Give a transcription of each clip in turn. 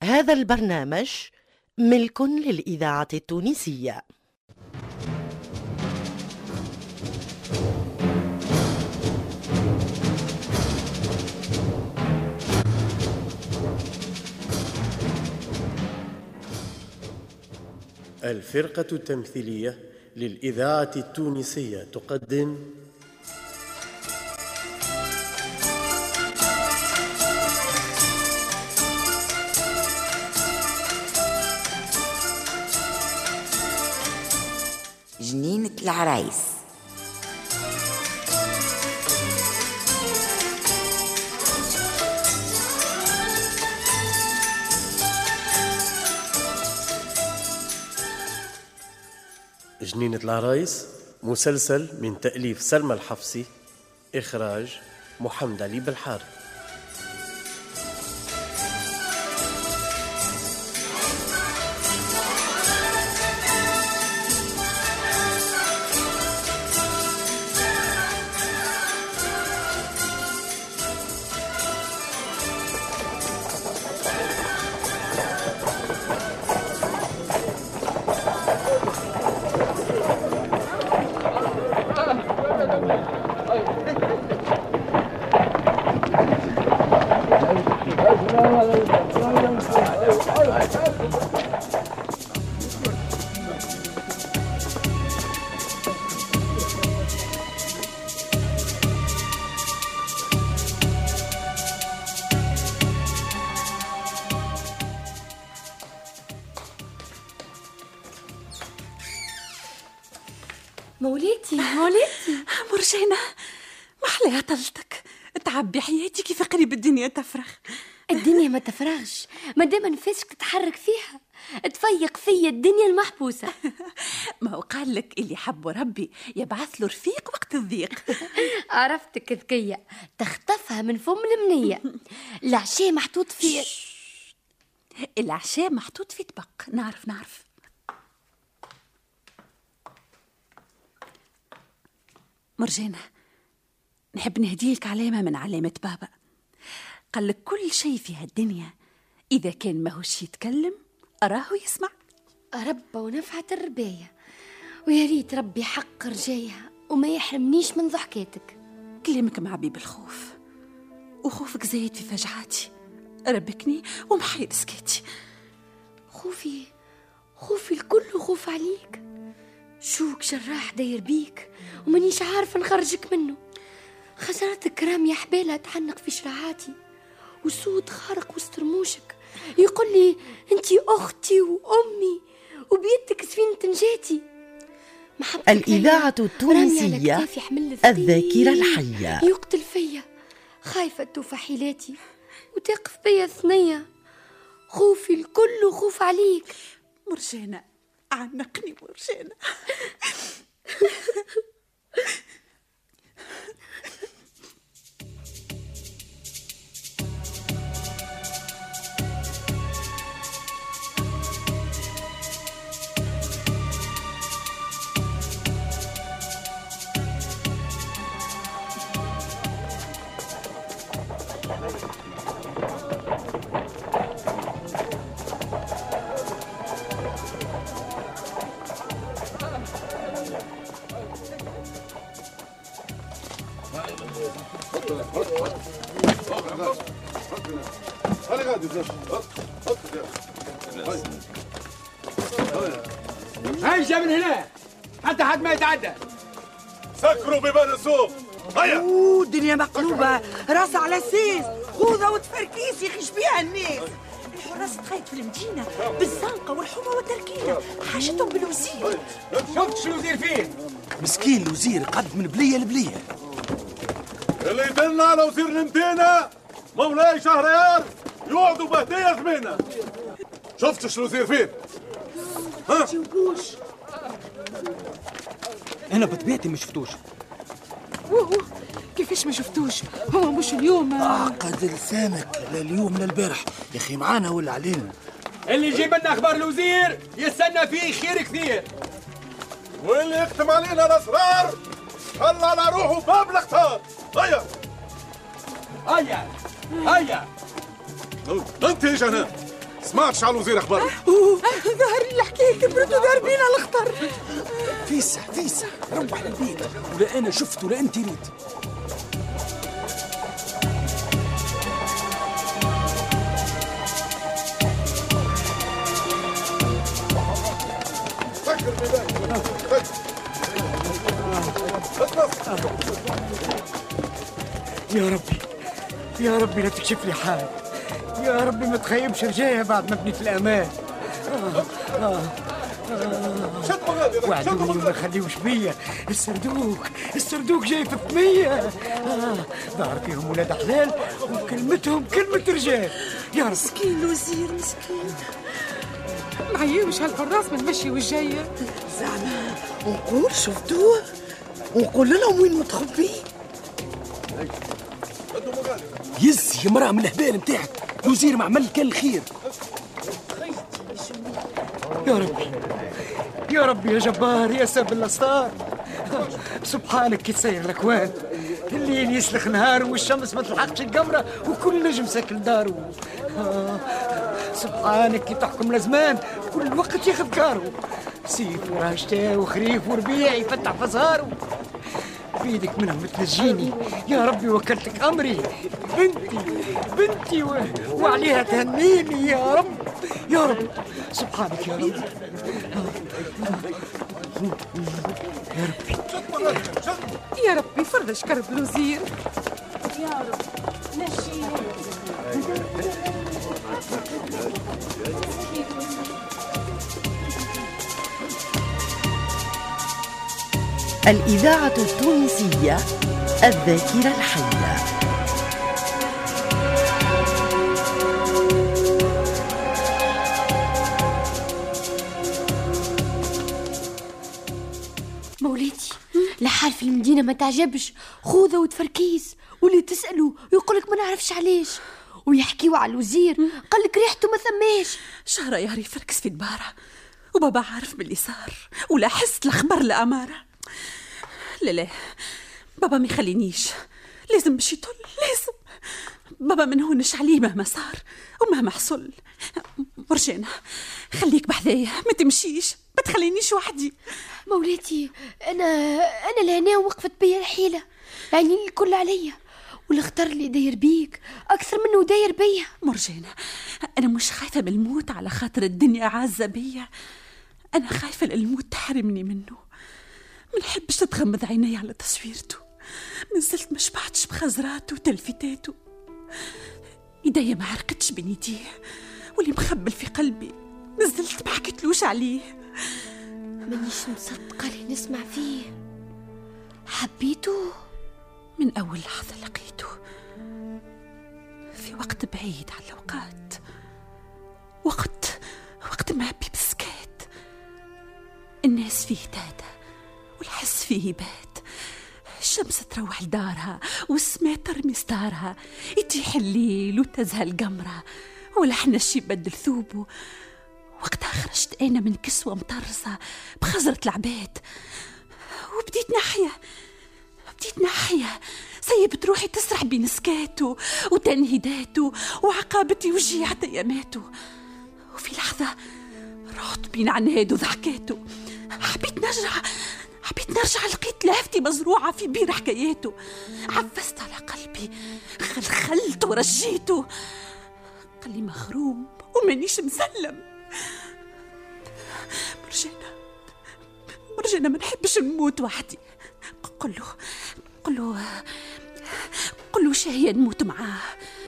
هذا البرنامج ملك للإذاعة التونسية. الفرقة التمثيلية للإذاعة التونسية تقدم جنينة العرايس. جنينة العرايس مسلسل من تأليف سلمى الحفصي، إخراج محمد علي بالحار. مولاتي مرجانة، محلاها طلتك تعبي حياتي كيف قريب الدنيا تفرغ. الدنيا ما تفرغش ما دام نفسك تتحرك فيها، تفيق فيا الدنيا المحبوسة. ما هو قال لك اللي حب ربي يبعث له رفيق وقت الضيق. عرفتك ذكية، تخطفها من فم المنية. العشاء محطوط في العشاء محطوط في طبق. نعرف مرجانة، نحب نهديلك علامة من علامة بابا. قال لك كل شيء في هالدنيا إذا كان ماهوش يتكلم أراه يسمع. رب ونفعت الرباية، ويا ريت ربي حق رجايها وما يحرمنيش من ضحكاتك. كلامك معبي بالخوف، وخوفك زايد في فجعاتي. ربكني ومحيد سكاتي. خوفي الكل خوف عليك. شوك جراح داير بيك ومانيش عارفة نخرجك منه. خسرتك رامية حبالة تحنق في شرعاتي، وصوت خارق وسط رموشك يقول لي انتي أختي وأمي وبيدك سفينة نجاتي. الإذاعة التونسية الذاكرة الحية. يقتل فيا، خايفة توفى حيلاتي وتقف بيا ثنية. خوفي الكل خوف عليك. مرجانة عنقني مرجانة. هيا من هنا حتى حد ما يتعدى. سكروا بيبان السوق. هيا. الدنيا مقلوبة، راس على سيس، خوذة وتفركيس يخش بيها الناس. الحراس تخيط في المدينة بالزنقة والحمى والتركينة، حاجتهم بالوزير. شفت شو الوزير فين؟ مسكين الوزير قد من بلية لبلية. اللي يدلنا على وزير المدينة مولاي شهريار يقعدوا بهدية زمينة. شفت شو الوزير فين؟ ها؟ أنا بطبيعتي ما شفتوش. كيفاش ما شفتوش؟ هو مش اليوم عقد لسانك، لا اليوم لا البارح يا أخي، معانا ولا علينا. اللي يجيب لنا أخبار الوزير يستنى فيه خير كثير، واللي يختم علينا الأسرار خلى على روحه باب الاختار. هيا هيا هيا. انت يا جنان، سمعتش على الوزير اخبار؟ ظهر لي الحكايه كبرت ودار بينا الخطر. فيسع روح للبيت، ولا انا شفت ولا انت ريت. يا ربي لا تكشف لي حال، يا ربي ما تخيبش رجايا بعد ما بنيت الأمان. وعدوني وما خليوش بيا. الصندوق جاي في الطمية. ظهر فيهم ولاد حلال وكلمتهم كلمة رجال. يا رب. مسكين الوزير مسكين، معيوش هالحراس من المشي والجاية. زعما نقول شفتوه ونقول لهم وين متخبي. يا مرأة من الهبال متاعك، الوزير ما عمل كان الخير. يا ربي يا جبار يا ساب الأسرار. سبحانك كي تسير الأكوان، الليل يسلخ نهار والشمس ما تلحقش القمرة وكل نجم ساكن داره. سبحانك كي تحكم الأزمان كل وقت ياخذ كاره. صيف وراه شتاء وخريف وربيع يفتح في زهاره. بيدك منهم تنجيني يا ربي، وكلتك أمري. بنتي وعليها تهنيني يا رب سبحانك يا رب. يا ربي فرج كرب الوزير يا رب. الإذاعة التونسية الذاكرة الحية. مولاتي الحال في المدينة ما تعجبش، خوذة وتفركيز، واللي تسأله يقولك ما نعرفش علاش، ويحكيوا على الوزير قالك ريحته ما ثماش. شهريار يفركس في دبارة، وبابا عارف باللي صار ولا حست الأخبار الأمارة. لا بابا ما يخلينيش، لازم باش يطل، لازم بابا من هونش عليه مهما صار ومهما حصل. مرجانة خليك بحذايا، ما تمشيش، ما تخلينيش وحدي. مولاتي انا لهنا وقفت بيا الحيله، يعني الكل عليا، والخطر اللي داير بيك اكثر منه داير بيا. مرجانة انا مش خايفه من الموت على خاطر الدنيا عازه بيا، انا خايفه الموت تحرمني منه. ما نحبش تتغمض عيني على تصويرته، نزلت ما شبعتش بخزراته وتلفتاته، ايديا ما عرقتش بين يديه، واللي مخبل في قلبي نزلت ما حكيتلوش عليه. مانيش مصدقه اللي نسمع فيه. حبيته من اول لحظه لقيته، في وقت بعيد عن الاوقات، وقت ما بي بسكات، الناس فيه تاتا والحس فيه بات، الشمس تروح لدارها والسماء ترمي ستارها، يتيح الليل وتزهى القمرة والحنش يبدل ثوبه. وقتها خرجت أنا من كسوة مطرزة بخزرة العباد، وبديت نحيا سيبت روحي تسرح بين سكاته وتنهيداته وعقابتي وجيع تياماته. وفي لحظة رحت بين عناد وضحكاته، حبيت نرجع لقيت لافتي مزروعة في بير حكاياته، عفست على قلبي خلخلت ورجيته، قال لي مغروم ومانيش مسلم. مرجانة ما نحبش نموت وحدي، قل له شهية نموت معاه.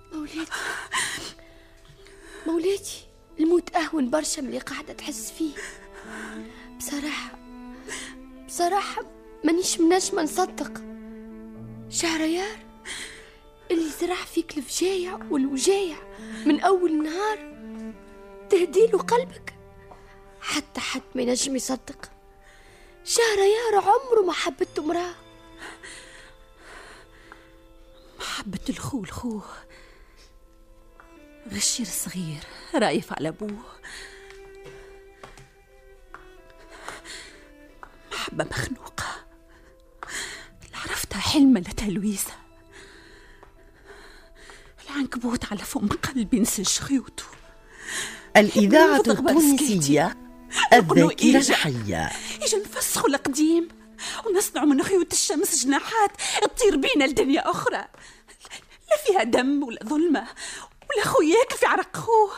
مولاتي الموت أهون برشا من اللي قاعدة تحس فيه. بصراحة مانيش منجمة نصدق. شهريار اللي زرع فيك الفجايع والوجايع من أول نهار تهديله قلبك، حتى حد ما ينجم يصدق. شهريار عمره ما حبته مراه، محبة الخوه غشير صغير رايف على أبوه، محبة مخنوقة عرفتها حلمة لتلويسة، العنكبوت على فم قلبي نسج خيوطه، الإذاعة التونسية الذاكرة الحية. يجي نفسخوا القديم ونصنعوا من خيوط الشمس جناحات تطير بينا لدنيا أخرى، لا فيها دم ولا ظلمة ولا خو ياكل في عرق خوه.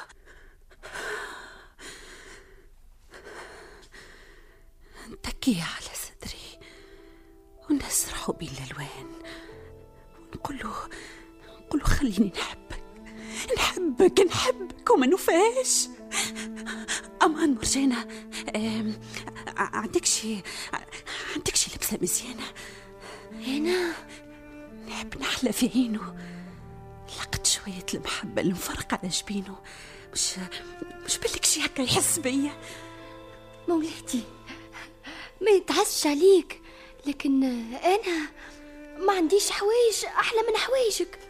نتكي على صدري ونسرحوا بين الألوان ونقوله خليني نحبك وما نوفاش. أمان مرجانة، عندك شي لبسة مزيانة؟ أنا نحب نحلى في عينه، لقت شوية المحبة اللي مفرقة على جبينه، مش بالك شي هكا يحس بيا. مولاتي ما يتعسش عليك، لكن أنا ما عنديش حوايج أحلى من حوايجك.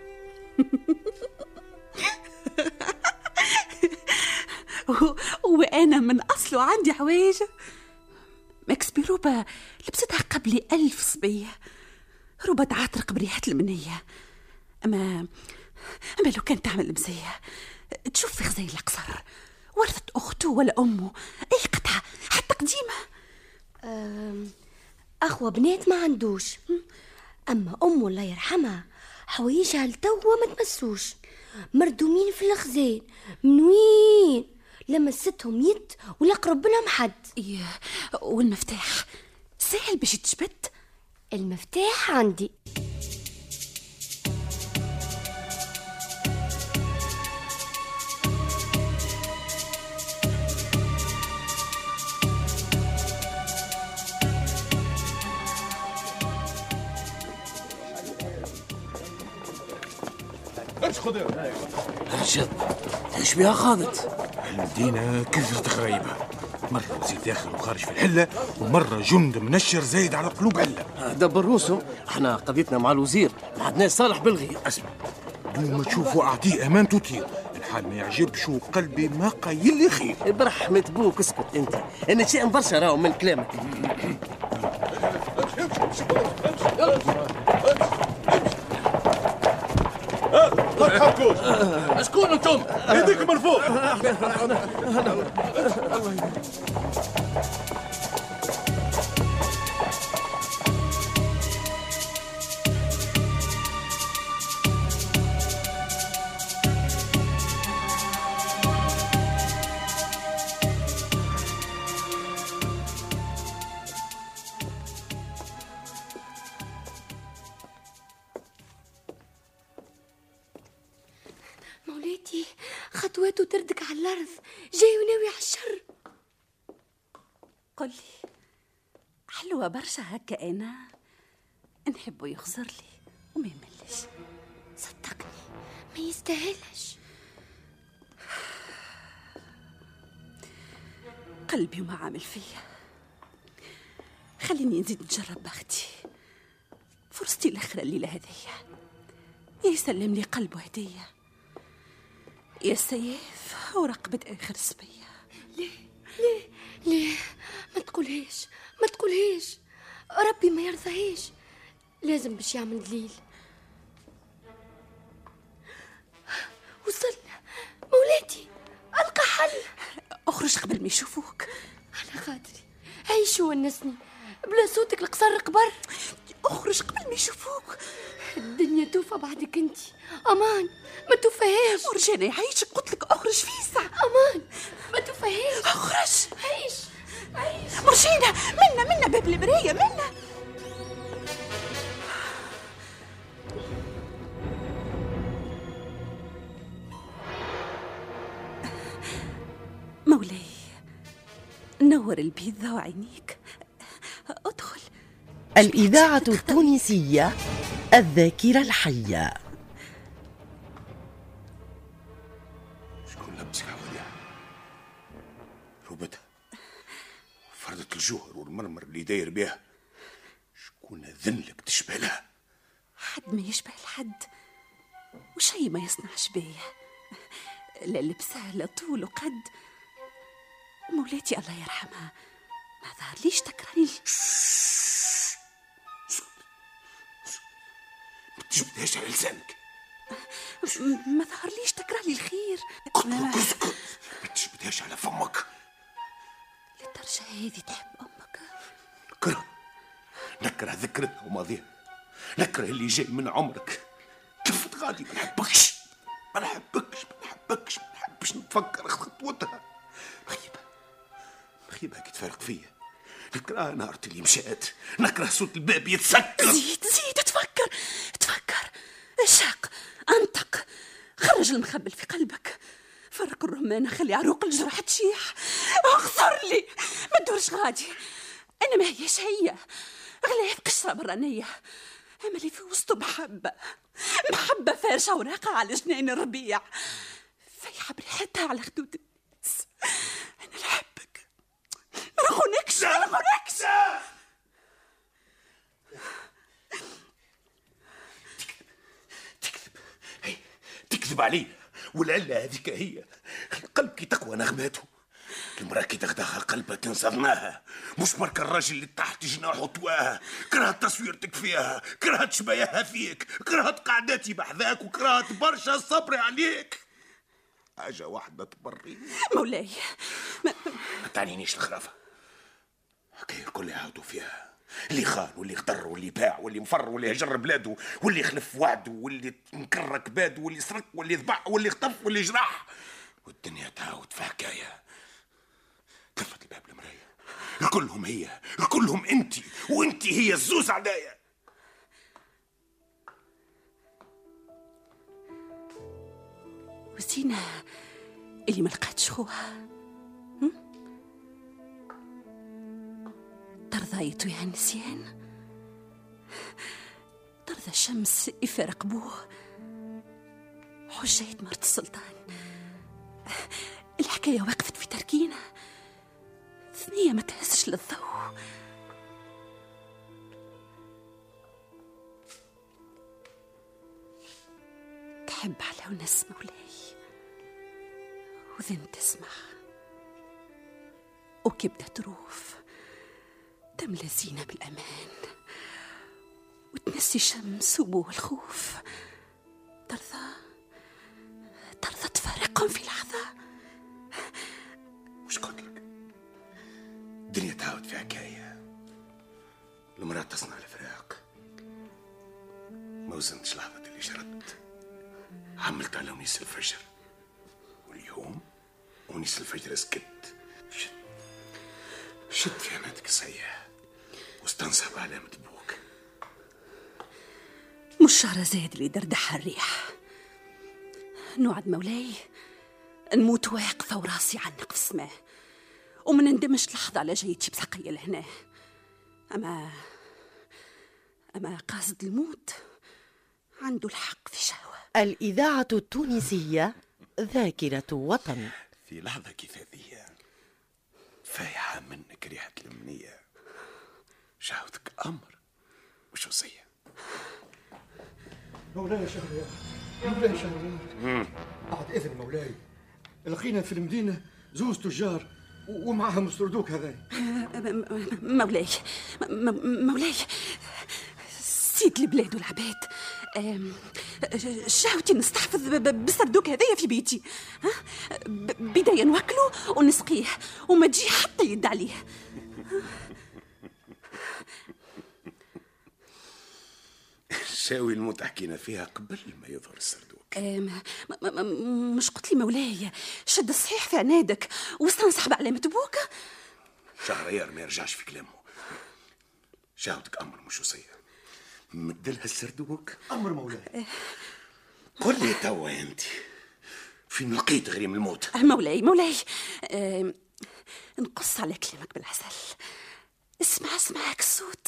وأنا من أصله عندي حوايج. ماكس بروبا لبستها قبل 1000 صبية، روبا تعاطرق بريحة المنية. أما لو كانت تعمل مزية تشوف في خزي القصر ورثت أخته ولا أمه أي قطعة حتى قديمة. أخوة بنات ما عندوش، أما أمه الله يرحمها حوايجها لتوا ما تمسوش، مردومين في الخزين. من وين لمستهم يد ولا قرب لهم حد. والمفتاح سهل باش يتجبد؟ المفتاح عندي. رشد ايش بها خاضت؟ المدينة كثرت غريبة، مرة وزير داخل وخارج في الحلة، ومرة جند منشر زايد على قلوب علة. دبر روسو، احنا قضيتنا مع الوزير ما عدناش صالح بالغي. اسمع، دون ما تشوفوا اعطيه امان تطير، الحال ما يعجبش وقلبي ما قايل لي خير. برحمة بوك اسكت انت، انا شيء برشا راهو من كلامك. شكون انتم؟ ايديكم من فوق. مولاتي خطواته تردك على الأرض، جاي وناوي على الشر. قولي حلوة برشا هكا، أنا نحبه يخزر لي وما يملش. صدقني ما يستاهلش. قلبي وما عامل فيا، خليني نزيد نجرب بختي، فرصتي الأخرى الليلة هذية. يسلم لي قلبه هدية، يا سيف ورقبة آخر صبية. ليه ما تقولهاش، ربي ما يرضاهاش، لازم باش يعمل دليل. وصلنا مولاتي، ألقى حل. اخرج قبل ما يشوفوك. على خاطري عيش ونسني، بلا صوتك القصر قبر. اخرج قبل ما يشوفوك. الدنيا توفى بعدك انت، امان ما توفاهاش. ورجاني يعيشك، قلت لك اخرج فيسع. امان ما توفاهاش. اخرج. عيش مرجينا، منا باب المرايه، منا. مولاي نور البيضة وعينيك، ادخل. الإذاعة التونسية الذاكرة الحية. شكون لبسك عوليا؟ روبتها فردة الجوهر والمرمر اللي داير بها، شكون أذن لك تشبه لها؟ حد ما يشبه لحد، وشي ما يصنعش بيا، لا لبسها لا طول وقد. مولاتي الله يرحمها ما ظهر ليش تكرهني. ما تجبدهاش على لسانك. ما ظهر ليش تكره لي الخير. اسكت، هذه تحب أمك؟ نكره ذكرها وماضيها، نكره اللي جاي من عمرك. كيف غادي ما نحبكش نتفكر خطوتها. مخيبة كي تفارق فيا، نكره نهار اللي مشات، نكره صوت الباب يتسكر. زيد تفكر اشاق، انطق، خرج المخبل في قلبك، فرق الرمانة، خلي عروق الجرح تشيح. اغفر لي، ما تدورش غادي، انا ما هيش هي غلاف قشرة برانية، اما اللي في وسطه محبة فارشة وراقة على جنين الربيع، فايحة بريحتها على خدود الناس. انا نحبك، ما نخونكش. تكذب علي، والعلة هذيك هي القلب كي تقوى نغماته، المرأة كي تغداها قلبها تنصدناها، مش برك الراجل اللي تحت جناحه تواها. كرهت تصويرتك فيها، كرهت شباياها فيك، كرهت قعداتي بحذاك، وكرهت برشا صبري عليك. حاجة واحدة تبري مولاي، ما تعنينيش الخرافة. حكاية الكل يعاودوا فيها، اللي خان واللي اغتر واللي باع واللي مفر واللي هجر بلاده واللي خلف وعده واللي انكر كباده واللي سرق واللي ذبح واللي اختف واللي جرح، والدنيا تعاود في حكاية. كفت الباب المراية، الكلهم هي، الكلهم انتي، وانتي هي الزوز عدايا. وزينة اللي ما لقاتش خوها، ترضى يطويها النسيان، ترضى الشمس يفارق بوه، حجيت مرت السلطان. الحكاية وقفت في تركينا، ثنية ما تهزش للضوء. تحب على ونس مولاي، وذن تسمع، وكبدة تروف تملى زينة بالأمان، وتنسي شمس وبوه الخوف. ترضى تفارقهم في لحظة. وش قلت لك؟ الدنيا تعاود في حكاية، المرأة تصنع الفراق. ما وزنتش لحظة اللي شردت، عملت على ونيس الفجر، واليوم ونيس الفجر سكت. شد في عنادك صحيح، واستنصب علامة بوك. مش شهرزاد اللي دردحها الريح. نوعد مولاي نموت واقفة وراسي عنق في السماء، وما نندمش لحظة على جيتي بسقية لهنا. أما قاصد الموت عنده الحق في شهوة. الإذاعة التونسية ذاكرة وطن. في لحظة كيف هذه فايحة منك ريحة المنية، شهوتك أمر مش وصية. مولاي شهريار، بعد إذن مولاي، لقينا في المدينة زوز تجار ومعهم السردوك هذا. مولاي سيد البلاد والعباد، شهوتي نستحفظ بالسردوك هذايا في بيتي. بداية نوكله ونسقيه وما تجي حتى يد عليه. شاوي الموت حكينا فيها قبل ما يظهر السردوك. مش قلت لي مولاي شد الصحيح في عنادك واستنصح بعلامة بوك؟ شهريار ما يرجعش في كلامه. شهوتك أمر مش وصية. مدلها السردوك أمر مولاي. قل لي توا أنت فين لقيت غريم الموت؟ مولاي نقص على كلامك بالعسل. اسمعك الصوت.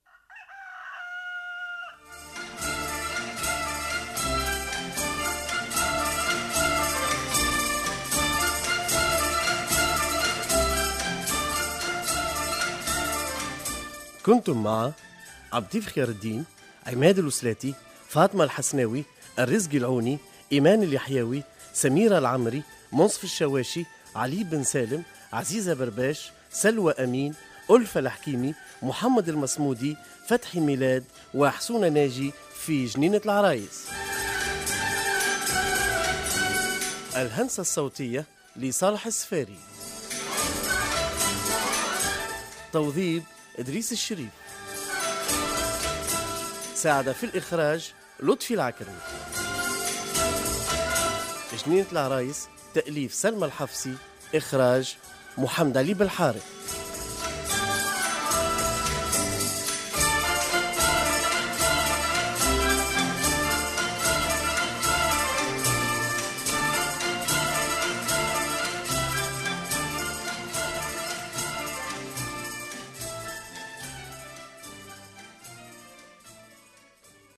كنتم مع عبد اللطيف خير الدين، عماد الوسلاتي، فاطمة الحسناوي، الرزق العوني، إيمان اليحيوي، سميرة العمري، منصف الشواشي، علي بن سالم، عزيزة برباش، سلوى أمين، ألفة الحكيمي، محمد المصمودي، فتحي ميلاد، وحسونة ناجي في جنينة العرايس. الهندسة الصوتية لصالح السفاري. توظيب إدريس الشريف. ساعد في الإخراج لطفي العكرمي. جنينة العرايس تأليف سلمى الحفصي، إخراج محمد علي بالحارث.